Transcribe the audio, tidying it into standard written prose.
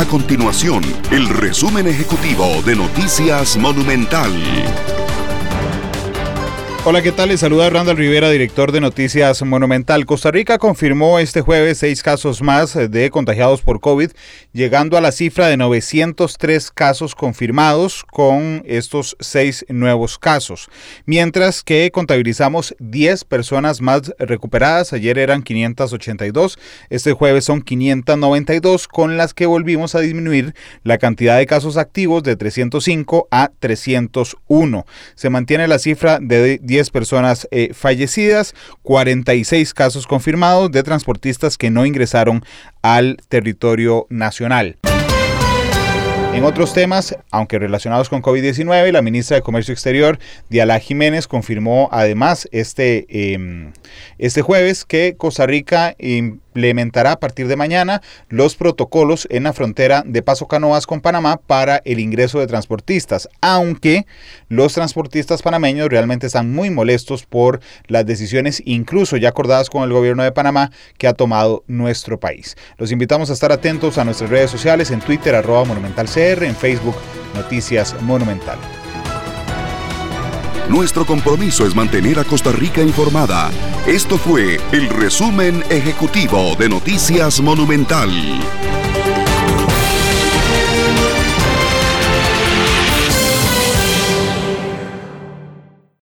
continuación el resumen ejecutivo de Noticias Monumental. Hola, ¿qué tal? Les saluda Randall Rivera, director de Noticias Monumental. Costa Rica confirmó este jueves 6 casos más de contagiados por COVID, llegando a la cifra de 903 casos confirmados con estos 6 nuevos casos. Mientras que contabilizamos 10 personas más recuperadas. Ayer eran 582, este jueves son 592, con las que volvimos a disminuir la cantidad de casos activos de 305 a 301. Se mantiene la cifra de 10 personas fallecidas, 46 casos confirmados de transportistas que no ingresaron al territorio nacional. En otros temas, aunque relacionados con COVID-19, la ministra de Comercio Exterior, Diala Jiménez, confirmó además este jueves que Costa Rica implementará a partir de mañana los protocolos en la frontera de Paso Canoas con Panamá para el ingreso de transportistas, aunque los transportistas panameños realmente están muy molestos por las decisiones, incluso ya acordadas con el gobierno de Panamá, que ha tomado nuestro país. Los invitamos a estar atentos a nuestras redes sociales, en Twitter, @MonumentalCR, en Facebook, Noticias Monumental. Nuestro compromiso es mantener a Costa Rica informada. Esto fue el resumen ejecutivo de Noticias Monumental.